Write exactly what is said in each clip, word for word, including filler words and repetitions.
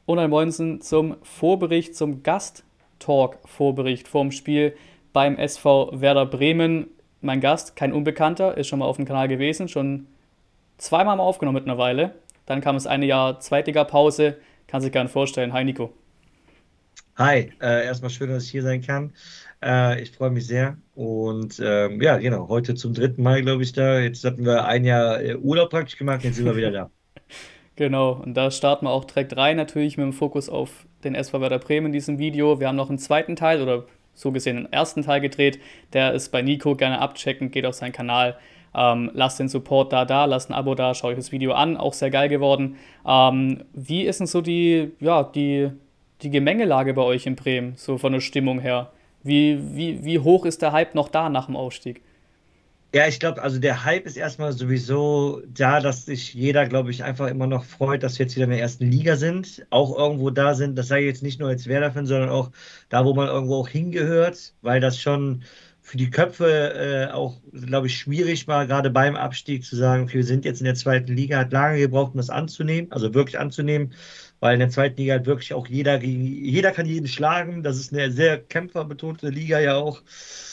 Und ein Moinsen zum Vorbericht, zum Gast-Talk-Vorbericht vorm Spiel beim S V Werder Bremen. Mein Gast, kein Unbekannter, ist schon mal auf dem Kanal gewesen, schon zweimal mal aufgenommen mittlerweile. Dann kam es eine Jahr Zweitliga-Pause. Kann sich gerne vorstellen. Hi Nico. Hi, äh, erstmal schön, dass ich hier sein kann. Äh, ich freue mich sehr. Und ähm, ja, genau, heute zum dritten Mal, glaube ich, da. Jetzt hatten wir ein Jahr äh, Urlaub praktisch gemacht, jetzt sind wir wieder da. Genau, und da starten wir auch direkt rein, natürlich mit dem Fokus auf den S V Werder Bremen in diesem Video. Wir haben noch einen zweiten Teil oder so gesehen einen ersten Teil gedreht. Der ist bei Nico, gerne abchecken, geht auf seinen Kanal. Ähm, lasst den Support da da, lasst ein Abo da, schaut euch das Video an, auch sehr geil geworden. Ähm, wie ist denn so die, ja, die, die Gemengelage bei euch in Bremen, so von der Stimmung her? Wie, wie, wie hoch ist der Hype noch da nach dem Aufstieg? Ja, ich glaube, also der Hype ist erstmal sowieso da, dass sich jeder, glaube ich, einfach immer noch freut, dass wir jetzt wieder in der ersten Liga sind, auch irgendwo da sind. Das sage ich jetzt nicht nur als Werder-Fan, sondern auch da, wo man irgendwo auch hingehört, weil das schon für die Köpfe äh, auch, glaube ich, schwierig war, gerade beim Abstieg zu sagen, okay, wir sind jetzt in der zweiten Liga, hat lange gebraucht, um das anzunehmen, also wirklich anzunehmen, weil in der zweiten Liga hat wirklich auch jeder gegen, jeder kann jeden schlagen. Das ist eine sehr kämpferbetonte Liga ja auch.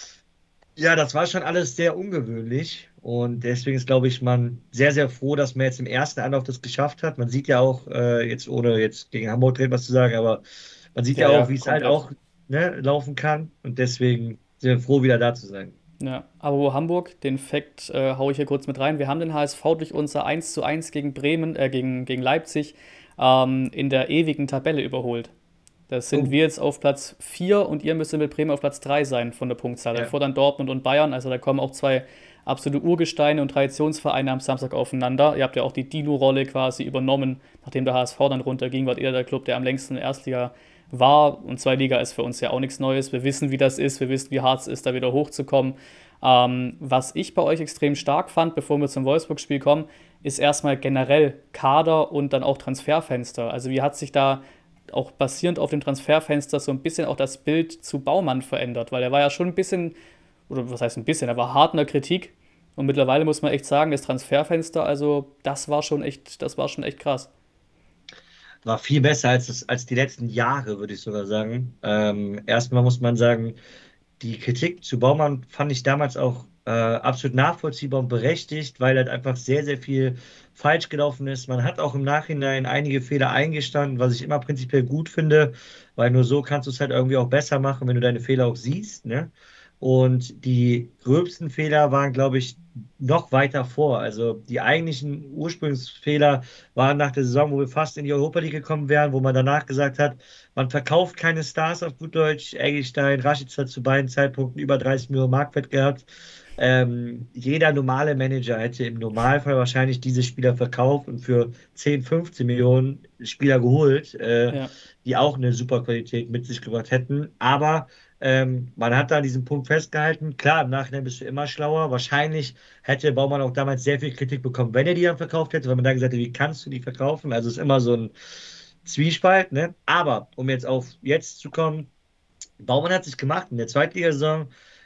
Ja, das war schon alles sehr ungewöhnlich und deswegen ist, glaube ich, man sehr, sehr froh, dass man jetzt im ersten Anlauf das geschafft hat. Man sieht ja auch, äh, jetzt ohne jetzt gegen Hamburg direkt was zu sagen, aber man sieht Ja, ja ja, auch, wie es halt komplett. auch, ne, laufen kann und deswegen sind wir froh, wieder da zu sein. Ja, aber Hamburg, den Fakt äh, haue ich hier kurz mit rein. Wir haben den H S V durch unser eins zu eins gegen Bremen, äh, gegen, gegen Leipzig ähm, in der ewigen Tabelle überholt. Das sind Oh, wir jetzt auf Platz vier und ihr müsst mit Bremen auf Platz drei sein von der Punktzahl. ja. Davor dann Dortmund und Bayern. Also da kommen auch zwei absolute Urgesteine und Traditionsvereine am Samstag aufeinander. Ihr habt ja auch die Dino-Rolle quasi übernommen, nachdem der H S V dann runterging, wart ihr der Club, der am längsten in der Erstliga war. Und Zweitliga ist für uns ja auch nichts Neues. Wir wissen, wie das ist. Wir wissen, wie hart es ist, da wieder hochzukommen. Ähm, was ich bei euch extrem stark fand, bevor wir zum Wolfsburg-Spiel kommen, ist erstmal generell Kader und dann auch Transferfenster. Also wie hat sich da auch basierend auf dem Transferfenster so ein bisschen auch das Bild zu Baumann verändert, weil er war ja schon ein bisschen, oder was heißt ein bisschen, er war hart in der Kritik und mittlerweile muss man echt sagen, das Transferfenster, also das war schon echt, das war schon echt krass. War viel besser als, das, als die letzten Jahre, würde ich sogar sagen. Ähm, erstmal muss man sagen, die Kritik zu Baumann fand ich damals auch äh, absolut nachvollziehbar und berechtigt, weil halt einfach sehr, sehr viel falsch gelaufen ist. Man hat auch im Nachhinein einige Fehler eingestanden, was ich immer prinzipiell gut finde, weil nur so kannst du es halt irgendwie auch besser machen, wenn du deine Fehler auch siehst, ne? Und die gröbsten Fehler waren, glaube ich, noch weiter vor. Also die eigentlichen Ursprungsfehler waren nach der Saison, wo wir fast in die Europa League gekommen wären, wo man danach gesagt hat, man verkauft keine Stars auf gut Deutsch. Eggestein, Rashica zu beiden Zeitpunkten über dreißig Millionen Marktwert gehabt. Ähm, jeder normale Manager hätte im Normalfall wahrscheinlich diese Spieler verkauft und für zehn, fünfzehn Millionen Spieler geholt, äh, Ja, die auch eine super Qualität mit sich gebracht hätten. Aber ähm, man hat da an diesem Punkt festgehalten. Klar, im Nachhinein bist du immer schlauer. Wahrscheinlich hätte Baumann auch damals sehr viel Kritik bekommen, wenn er die dann verkauft hätte, weil man dann gesagt hätte, wie kannst du die verkaufen? Also es ist immer so ein Zwiespalt, ne? Aber um jetzt auf jetzt zu kommen, Baumann hat sich gemacht in der Zweitligasaison.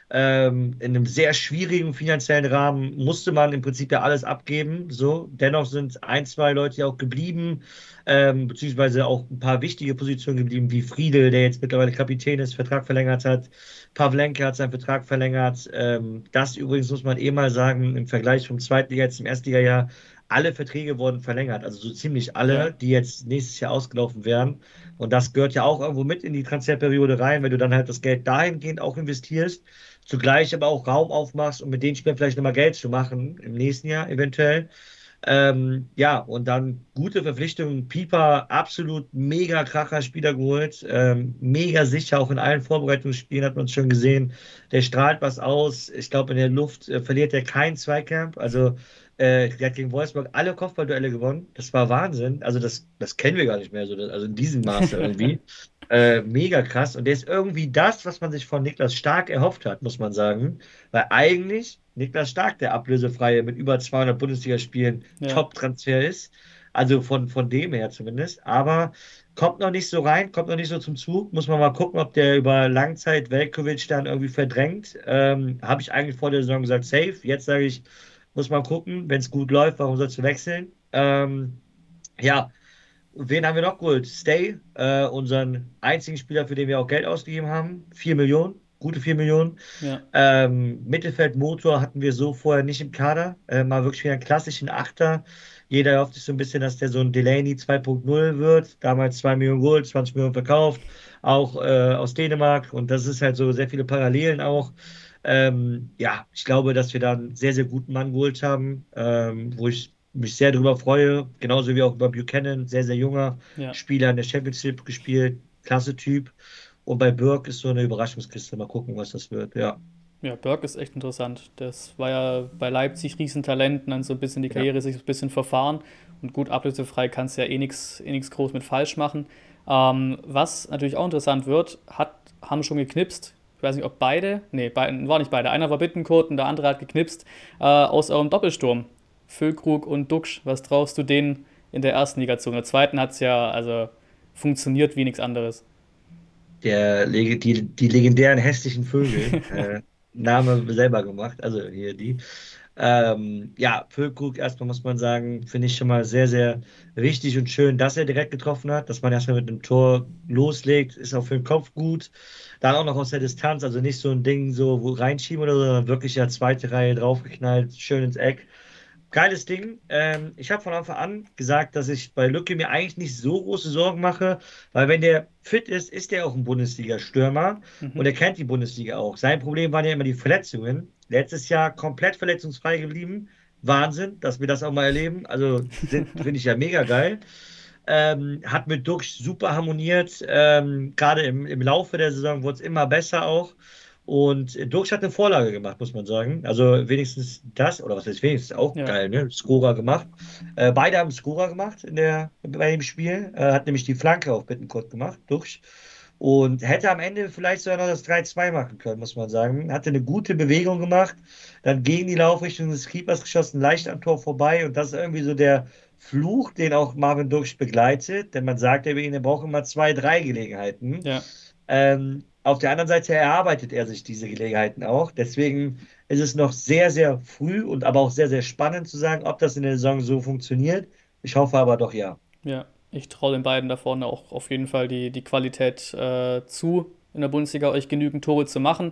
Ähm, in einem sehr schwierigen finanziellen Rahmen musste man im Prinzip ja alles abgeben. So, dennoch sind ein, zwei Leute ja auch geblieben, ähm, beziehungsweise auch ein paar wichtige Positionen geblieben, wie Friedel, der jetzt mittlerweile Kapitän ist, Vertrag verlängert hat. Pavlenka hat seinen Vertrag verlängert. Ähm, das übrigens muss man eh mal sagen, im Vergleich vom Zweitliga zum Erstligajahr, alle Verträge wurden verlängert, also so ziemlich ja, alle, die jetzt nächstes Jahr ausgelaufen wären. Und das gehört ja auch irgendwo mit in die Transferperiode rein, wenn du dann halt das Geld dahingehend auch investierst, zugleich aber auch Raum aufmachst, um mit den Spielern vielleicht nochmal Geld zu machen, im nächsten Jahr eventuell. Ähm, ja, und dann gute Verpflichtungen. Pieper, absolut mega kracher Spieler geholt. Ähm, mega sicher, auch in allen Vorbereitungsspielen hat man es schon gesehen. Der strahlt was aus. Ich glaube, in der Luft äh, verliert er keinen Zweikampf. Also, äh, der hat gegen Wolfsburg alle Kopfballduelle gewonnen. Das war Wahnsinn. Also, das, das kennen wir gar nicht mehr so. Also, in diesem Maße irgendwie. Äh, mega krass. Und der ist irgendwie das, was man sich von Niklas Stark erhofft hat, muss man sagen. Weil eigentlich Niklas Stark, der Ablösefreie mit über zweihundert Bundesligaspielen, ja. Top-Transfer ist. Also von, von dem her zumindest. Aber kommt noch nicht so rein, kommt noch nicht so zum Zug. Muss man mal gucken, ob der über Langzeit Veljkovic dann irgendwie verdrängt. Ähm, habe ich eigentlich vor der Saison gesagt, safe. Jetzt sage ich, muss man gucken. Wenn es gut läuft, warum sollst du wechseln? Ähm, ja. wen haben wir noch geholt? Stay, äh, unseren einzigen Spieler, für den wir auch Geld ausgegeben haben. Vier Millionen, gute vier Millionen. Ja, Ähm, Mittelfeldmotor hatten wir so vorher nicht im Kader. Äh, mal wirklich wieder einen klassischen Achter. Jeder hofft sich so ein bisschen, dass der so ein Delaney zwei Punkt null wird. Damals zwei Millionen geholt, zwanzig Millionen verkauft. Auch äh, aus Dänemark. Und das ist halt so sehr viele Parallelen auch. Ähm, ja, ich glaube, dass wir da einen sehr, sehr guten Mann geholt haben, ähm, wo ich mich sehr darüber freue. Genauso wie auch über Buchanan, sehr, sehr junger ja. Spieler in der Championship gespielt. Klasse Typ. Und bei Burke ist so eine Überraschungskiste. Mal gucken, was das wird. Ja, Ja, Burke ist echt interessant. Das war ja bei Leipzig Riesentalent und dann so ein bisschen die ja. Karriere sich so ein bisschen verfahren. Und gut, ablösefrei kannst du ja eh nichts eh nix groß mit falsch machen. Ähm, was natürlich auch interessant wird, hat, haben schon geknipst. Ich weiß nicht, ob beide, nee, beiden, war nicht beide. Einer war Bittencourt und der andere hat geknipst äh, aus eurem Doppelsturm. Füllkrug und Duxch. Was traust du denen in der ersten Liga zu? In der zweiten hat es ja also funktioniert wie nichts anderes. Der, Leg- die, die legendären hässlichen Vögel. Äh, Name selber gemacht. Also hier die. Ähm, ja, Füllkrug, erstmal muss man sagen, finde ich schon mal sehr, sehr wichtig und schön, dass er direkt getroffen hat, dass man erstmal mit einem Tor loslegt, ist auch für den Kopf gut. Dann auch noch aus der Distanz, also nicht so ein Ding so wo reinschieben oder so, sondern wirklich ja zweite Reihe draufgeknallt, schön ins Eck. Geiles Ding. Ähm, ich habe von Anfang an gesagt, dass ich bei Lücke mir eigentlich nicht so große Sorgen mache, weil wenn der fit ist, ist der auch ein Bundesliga-Stürmer und Mhm. er kennt die Bundesliga auch. Sein Problem waren ja immer die Verletzungen. Letztes Jahr komplett verletzungsfrei geblieben. Wahnsinn, dass wir das auch mal erleben. Also finde ich ja mega geil. Ähm, hat mit Duxch super harmoniert. Ähm, gerade im, im Laufe der Saison wurde es immer besser auch. Und Duxch hat eine Vorlage gemacht, muss man sagen. Also wenigstens das, oder was heißt wenigstens, auch Ja, geil, ne? Scorer gemacht. Äh, beide haben Scorer gemacht in der, bei dem Spiel. Äh, hat nämlich die Flanke auf Bittencourt gemacht, Duxch. Und hätte am Ende vielleicht sogar noch das drei zwei machen können, muss man sagen. Hatte eine gute Bewegung gemacht, dann gegen die Laufrichtung des Keepers geschossen, leicht am Tor vorbei. Und das ist irgendwie so der Fluch, den auch Marvin Ducksch begleitet, denn man sagt ja über ihn, er braucht immer zwei, drei Gelegenheiten. ja, Ähm, auf der anderen Seite erarbeitet er sich diese Gelegenheiten auch. Deswegen ist es noch sehr, sehr früh und aber auch sehr, sehr spannend zu sagen, ob das in der Saison so funktioniert. Ich hoffe aber doch ja. ja. Ich traue den beiden da vorne auch auf jeden Fall die, die Qualität äh, zu, in der Bundesliga euch genügend Tore zu machen.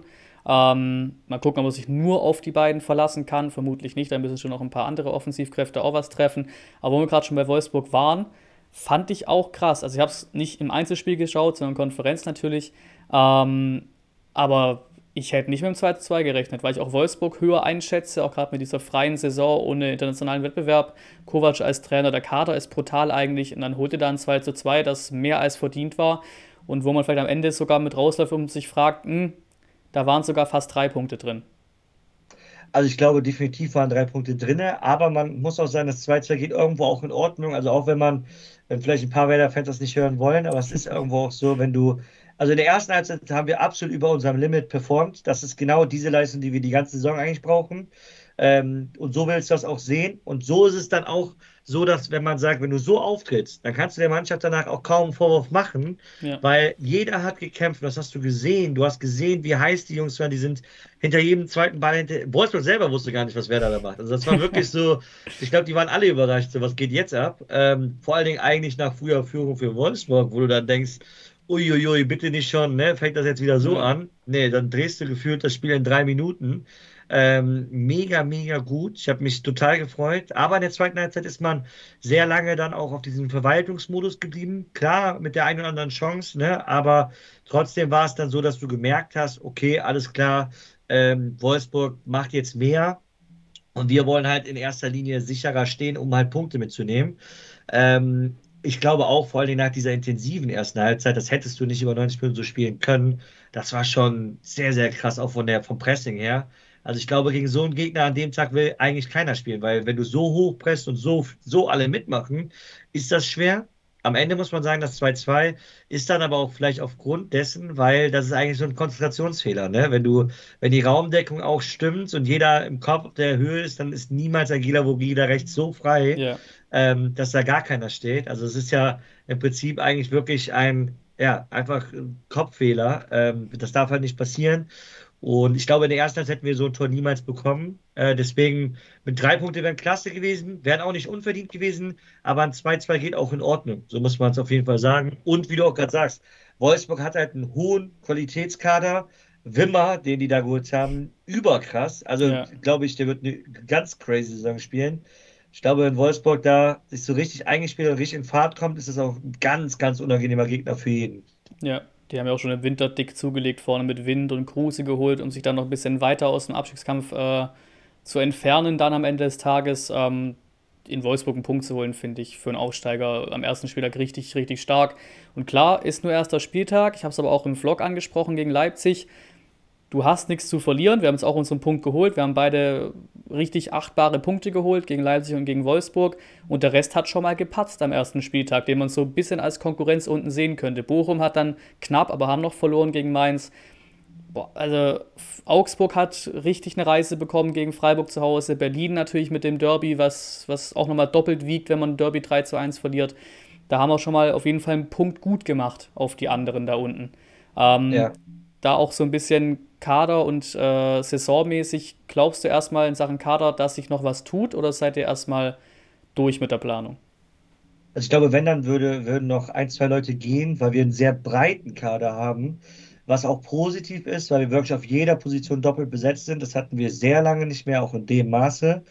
Ähm, mal gucken, ob man sich nur auf die beiden verlassen kann. Vermutlich nicht, da müssen schon noch ein paar andere Offensivkräfte auch was treffen. Aber wo wir gerade schon bei Wolfsburg waren, fand ich auch krass. Also ich habe es nicht im Einzelspiel geschaut, sondern Konferenz natürlich. Ähm, aber ich hätte nicht mit dem zwei zu zwei gerechnet, weil ich auch Wolfsburg höher einschätze, auch gerade mit dieser freien Saison ohne internationalen Wettbewerb. Kovac als Trainer, der Kader ist brutal eigentlich und dann holte da ein zwei zu zwei, das mehr als verdient war und wo man vielleicht am Ende sogar mit rausläuft und sich fragt, hm, da waren sogar fast drei Punkte drin. Also ich glaube, definitiv waren drei Punkte drin, aber man muss auch sagen, das zwei zwei geht irgendwo auch in Ordnung. Also auch wenn man, wenn vielleicht ein paar Werder-Fans das nicht hören wollen, aber es ist irgendwo auch so, wenn du, also in der ersten Halbzeit haben wir absolut über unserem Limit performt. Das ist genau diese Leistung, die wir die ganze Saison eigentlich brauchen. Ähm, und so willst du das auch sehen. Und so ist es dann auch so, dass wenn man sagt, wenn du so auftrittst, dann kannst du der Mannschaft danach auch kaum einen Vorwurf machen, Ja, weil jeder hat gekämpft. Das hast du gesehen. Du hast gesehen, wie heiß die Jungs waren. Die sind hinter jedem zweiten Ball hinter. Wolfsburg selber wusste gar nicht, was Werder da macht. Also das war wirklich so, ich glaube, die waren alle überrascht, so was geht jetzt ab. Ähm, vor allen Dingen eigentlich nach früher Führung für Wolfsburg, wo du dann denkst, uiuiui, bitte nicht schon, ne? Fängt das jetzt wieder so ja, an? Nee, dann drehst du gefühlt das Spiel in drei Minuten. Ähm, mega, mega gut. Ich habe mich total gefreut. Aber in der zweiten Halbzeit ist man sehr lange dann auch auf diesem Verwaltungsmodus geblieben. Klar, mit der einen oder anderen Chance, ne? Aber trotzdem war es dann so, dass du gemerkt hast, okay, alles klar, ähm, Wolfsburg macht jetzt mehr und wir wollen halt in erster Linie sicherer stehen, um halt Punkte mitzunehmen. Ähm, ich glaube auch, vor allen Dingen nach dieser intensiven ersten Halbzeit, das hättest du nicht über neunzig Minuten so spielen können. Das war schon sehr, sehr krass, auch von der, vom Pressing her. Also ich glaube, gegen so einen Gegner an dem Tag will eigentlich keiner spielen, weil wenn du so hoch presst und so, so alle mitmachen, ist das schwer. Am Ende muss man sagen, das zwei zwei ist dann aber auch vielleicht aufgrund dessen, weil das ist eigentlich so ein Konzentrationsfehler, ne? Wenn du, wenn die Raumdeckung auch stimmt und jeder im Kopf auf der Höhe ist, dann ist niemals Agila Vogila rechts so frei, ja, ähm, dass da gar keiner steht. Also es ist ja im Prinzip eigentlich wirklich ein, ja, einfach ein Kopfhehler. Ähm, das darf halt nicht passieren. Und ich glaube, in der ersten Halbzeit hätten wir so ein Tor niemals bekommen. Äh, deswegen mit drei Punkte wären klasse gewesen, wären auch nicht unverdient gewesen, aber ein zwei zwei geht auch in Ordnung. So muss man es auf jeden Fall sagen. Und wie du auch gerade sagst, Wolfsburg hat halt einen hohen Qualitätskader. Wimmer, den die da geholt haben, überkrass. Also Ja. glaube ich, der wird eine ganz crazy Saison spielen. Ich glaube, wenn Wolfsburg da sich so richtig eingespielt und richtig in Fahrt kommt, ist es auch ein ganz, ganz unangenehmer Gegner für jeden. Ja, die haben ja auch schon im Winter dick zugelegt, vorne mit Wind und Kruse geholt, um sich dann noch ein bisschen weiter aus dem Abstiegskampf äh, zu entfernen, dann am Ende des Tages. Ähm, in Wolfsburg einen Punkt zu holen, finde ich für einen Aufsteiger am ersten Spieltag richtig, richtig stark. Und klar, ist nur erster Spieltag. Ich habe es aber auch im Vlog angesprochen gegen Leipzig. Du hast nichts zu verlieren. Wir haben jetzt auch unseren Punkt geholt. Wir haben beide richtig achtbare Punkte geholt gegen Leipzig und gegen Wolfsburg. Und der Rest hat schon mal gepatzt am ersten Spieltag, den man so ein bisschen als Konkurrenz unten sehen könnte. Bochum hat dann knapp, aber haben noch verloren gegen Mainz. Boah, also Augsburg hat richtig eine Reise bekommen gegen Freiburg zu Hause. Berlin natürlich mit dem Derby, was, was auch nochmal doppelt wiegt, wenn man ein Derby drei zu eins verliert. Da haben wir schon mal auf jeden Fall einen Punkt gut gemacht auf die anderen da unten. Ähm, Ja. da auch so ein bisschen Kader- und äh, saisonmäßig, glaubst du erstmal in Sachen Kader, dass sich noch was tut oder seid ihr erstmal durch mit der Planung? Also ich glaube, wenn, dann würde, würden noch ein, zwei Leute gehen, weil wir einen sehr breiten Kader haben, was auch positiv ist, weil wir wirklich auf jeder Position doppelt besetzt sind. Das hatten wir sehr lange nicht mehr, auch in dem Maße.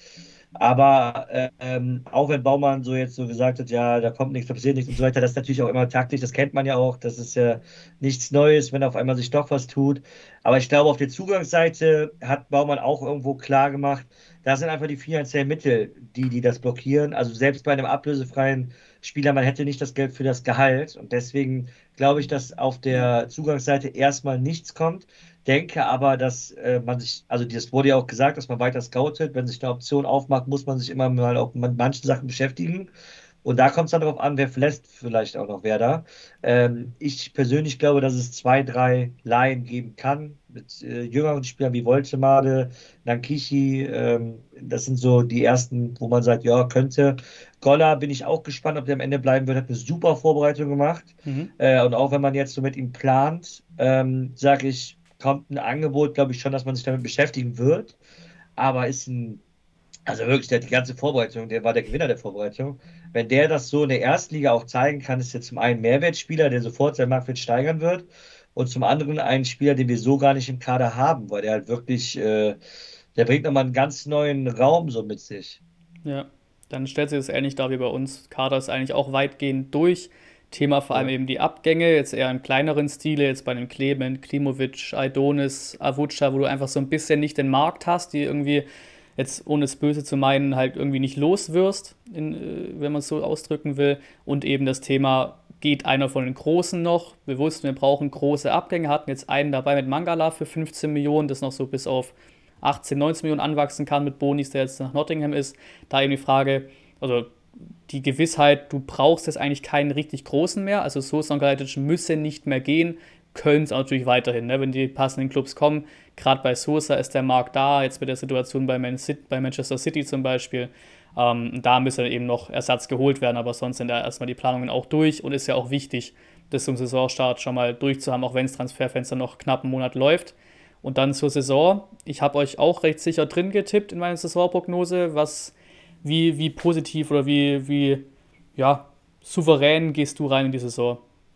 Aber äh, ähm, auch wenn Baumann so jetzt so gesagt hat, ja, da kommt nichts, da passiert nichts und so weiter, das ist natürlich auch immer taktisch, das kennt man ja auch, das ist ja nichts Neues, wenn auf einmal sich doch was tut. Aber ich glaube, auf der Zugangsseite hat Baumann auch irgendwo klar gemacht, da sind einfach die finanziellen Mittel, die, die das blockieren. Also selbst bei einem ablösefreien Spieler, man hätte nicht das Geld für das Gehalt. Und deswegen glaube ich, dass auf der Zugangsseite erstmal nichts kommt. Denke aber, dass äh, man sich, also das wurde ja auch gesagt, dass man weiter scoutet. Wenn sich eine Option aufmacht, muss man sich immer mal auch mit manchen Sachen beschäftigen. Und da kommt es dann darauf an, wer verlässt vielleicht auch noch wer da. Ähm, ich persönlich glaube, dass es zwei, drei Laien geben kann mit äh, jüngeren Spielern wie Woltemade, Nankishi. Ähm, das sind so die ersten, wo man sagt, ja, könnte. Goller bin ich auch gespannt, ob der am Ende bleiben wird. Hat eine super Vorbereitung gemacht. Mhm. Äh, und auch wenn man jetzt so mit ihm plant, ähm, sage ich, kommt ein Angebot, glaube ich schon, dass man sich damit beschäftigen wird. Aber ist ein, also wirklich, der hat die ganze Vorbereitung, der war der Gewinner der Vorbereitung. Wenn der das so in der Erstliga auch zeigen kann, ist er zum einen Mehrwertspieler, der sofort seinen Marktwert steigern wird. Und zum anderen ein Spieler, den wir so gar nicht im Kader haben, weil der halt wirklich, äh, der bringt nochmal einen ganz neuen Raum so mit sich. Ja, dann stellt sich das ähnlich dar wie bei uns. Kader ist eigentlich auch weitgehend durch. Thema vor allem Ja. eben die Abgänge, jetzt eher im kleineren Stile, jetzt bei dem Clement, Klimovic, Aidonis, Avuca, wo du einfach so ein bisschen nicht den Markt hast, die irgendwie jetzt ohne es Böse zu meinen, halt irgendwie nicht los wirst, in, äh, wenn man es so ausdrücken will. Und eben das Thema, geht einer von den Großen noch? Wir wussten, wir brauchen große Abgänge, hatten jetzt einen dabei mit Mangala für fünfzehn Millionen, das noch so bis auf achtzehn, neunzehn Millionen anwachsen kann mit Bonis, der jetzt nach Nottingham ist. Da eben die Frage, also die Gewissheit, du brauchst jetzt eigentlich keinen richtig großen mehr. Also Sosa und Kalajdzic müssen nicht mehr gehen, können es natürlich weiterhin, ne, wenn die passenden Clubs kommen. Gerade bei Sosa ist der Markt da, jetzt mit der Situation bei, Man City, bei Manchester City zum Beispiel. Ähm, da müsste dann eben noch Ersatz geholt werden, aber sonst sind da erstmal die Planungen auch durch und ist ja auch wichtig, das zum Saisonstart schon mal durchzuhaben, auch wenn das Transferfenster noch knapp einen Monat läuft. Und dann zur Saison. Ich habe euch auch recht sicher drin getippt in meiner Saisonprognose. Was, wie, wie positiv oder wie, wie ja, souverän gehst du rein in die Saison?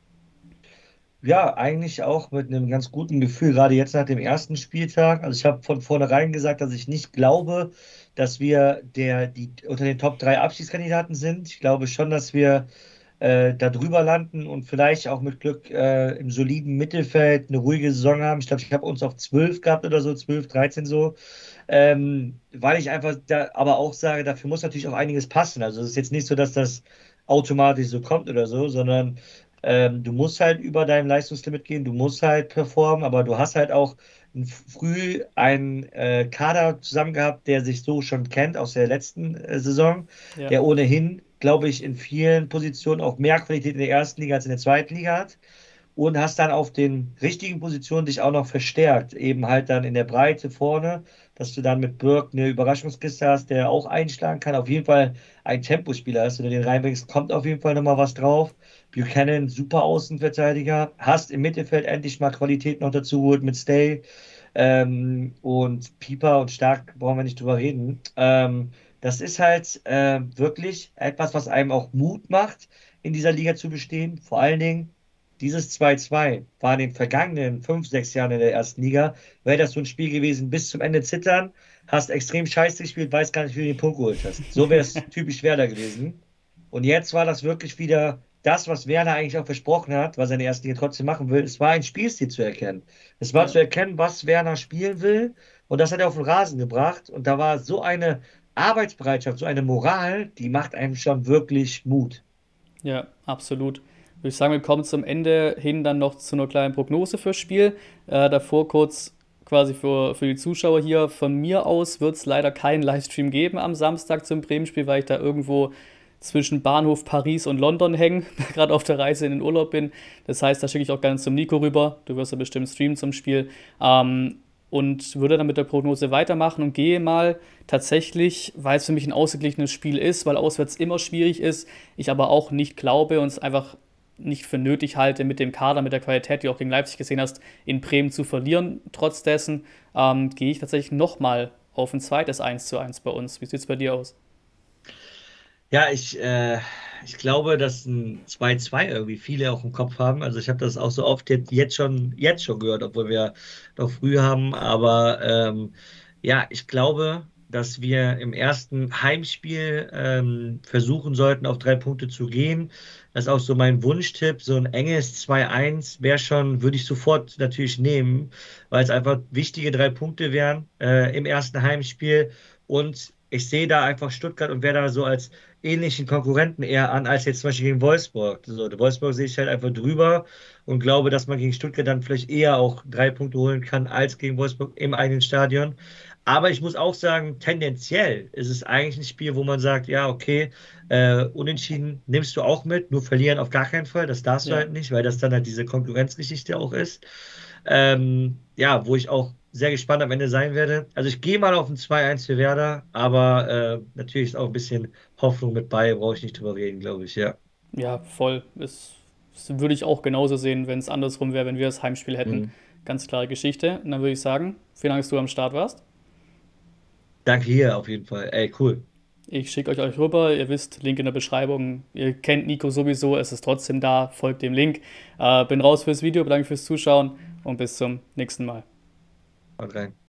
Ja, eigentlich auch mit einem ganz guten Gefühl, gerade jetzt nach dem ersten Spieltag. Also ich habe von vornherein gesagt, dass ich nicht glaube, dass wir der, die unter den Top drei Abschiedskandidaten sind. Ich glaube schon, dass wir äh, da drüber landen und vielleicht auch mit Glück äh, im soliden Mittelfeld eine ruhige Saison haben. Ich glaube, ich habe uns auf zwölf gehabt oder so, zwölf, dreizehn so. Ähm, weil ich einfach da aber auch sage, dafür muss natürlich auch einiges passen. Also es ist jetzt nicht so, dass das automatisch so kommt oder so, sondern ähm, du musst halt über dein Leistungslimit gehen, du musst halt performen, aber du hast halt auch früh einen äh, Kader zusammen gehabt, der sich so schon kennt aus der letzten äh, Saison, Ja, der ohnehin, glaube ich, in vielen Positionen auch mehr Qualität in der ersten Liga als in der zweiten Liga hat und hast dann auf den richtigen Positionen dich auch noch verstärkt, eben halt dann in der Breite vorne, dass du dann mit Burke eine Überraschungskiste hast, der auch einschlagen kann, auf jeden Fall ein Tempospieler ist, wenn du den reinbringst, kommt auf jeden Fall nochmal was drauf. Buchanan, super Außenverteidiger, hast im Mittelfeld endlich mal Qualität noch dazu geholt mit Stay. Ähm, und Pieper und Stark brauchen wir nicht drüber reden. Ähm, das ist halt äh, wirklich etwas, was einem auch Mut macht, in dieser Liga zu bestehen. Vor allen Dingen dieses zwei zwei war in den vergangenen fünf, sechs Jahren in der ersten Liga, wäre das so ein Spiel gewesen, bis zum Ende zittern, hast extrem scheiße gespielt, weißt gar nicht, wie du den Punkt geholt hast. So wäre es typisch Werder gewesen. Und jetzt war das wirklich wieder das, was Werner eigentlich auch versprochen hat, was er in der ersten Liga trotzdem machen will. Es war ein Spielstil zu erkennen. Es war Ja. zu erkennen, was Werner spielen will. Und das hat er auf den Rasen gebracht. Und da war so eine Arbeitsbereitschaft, so eine Moral, die macht einem schon wirklich Mut. Ja, absolut. Würde ich sagen, wir kommen zum Ende hin dann noch zu einer kleinen Prognose fürs Spiel. Äh, davor kurz quasi für, für die Zuschauer hier. Von mir aus wird es leider keinen Livestream geben am Samstag zum Bremen-Spiel, weil ich da irgendwo zwischen Bahnhof Paris und London hänge, gerade auf der Reise in den Urlaub bin. Das heißt, da schicke ich auch gerne zum Nico rüber. Du wirst ja bestimmt streamen zum Spiel. Ähm, und würde dann mit der Prognose weitermachen und gehe mal tatsächlich, weil es für mich ein ausgeglichenes Spiel ist, weil auswärts immer schwierig ist, ich aber auch nicht glaube und es einfach nicht für nötig halte, mit dem Kader, mit der Qualität, die du auch gegen Leipzig gesehen hast, in Bremen zu verlieren. Trotz dessen ähm, gehe ich tatsächlich nochmal auf ein zweites eins zu eins bei uns. Wie sieht es bei dir aus? Ja, ich, äh, ich glaube, dass ein zwei zwei irgendwie viele auch im Kopf haben. Also ich habe das auch so oft jetzt jetzt schon, jetzt schon gehört, obwohl wir noch früh haben. Aber ähm, ja, ich glaube, dass wir im ersten Heimspiel ähm, versuchen sollten, auf drei Punkte zu gehen. Das ist auch so mein Wunschtipp. So ein enges zwei eins wäre schon, würde ich sofort natürlich nehmen, weil es einfach wichtige drei Punkte wären äh, im ersten Heimspiel. Und ich sehe da einfach Stuttgart und Werder so als ähnlichen Konkurrenten eher an, als jetzt zum Beispiel gegen Wolfsburg. So, Wolfsburg sehe ich halt einfach drüber und glaube, dass man gegen Stuttgart dann vielleicht eher auch drei Punkte holen kann, als gegen Wolfsburg im eigenen Stadion. Aber ich muss auch sagen, tendenziell ist es eigentlich ein Spiel, wo man sagt, ja, okay, äh, unentschieden nimmst du auch mit, nur verlieren auf gar keinen Fall. Das darfst du Ja. halt nicht, weil das dann halt diese Konkurrenzgeschichte auch ist. Ähm, ja, wo ich auch sehr gespannt am Ende sein werde. Also ich gehe mal auf ein zwei eins für Werder, aber äh, natürlich ist auch ein bisschen Hoffnung mit bei, brauche ich nicht drüber reden, glaube ich, ja. Ja, voll. Das, das würde ich auch genauso sehen, wenn es andersrum wäre, wenn wir das Heimspiel hätten. Mhm. Ganz klare Geschichte. Und dann würde ich sagen, vielen Dank, dass du am Start warst. Danke hier auf jeden Fall. Ey, cool. Ich schicke euch euch rüber. Ihr wisst, Link in der Beschreibung. Ihr kennt Nico sowieso. Es ist trotzdem da. Folgt dem Link. Äh, bin raus fürs Video. Bedanke fürs Zuschauen und bis zum nächsten Mal. Haut rein.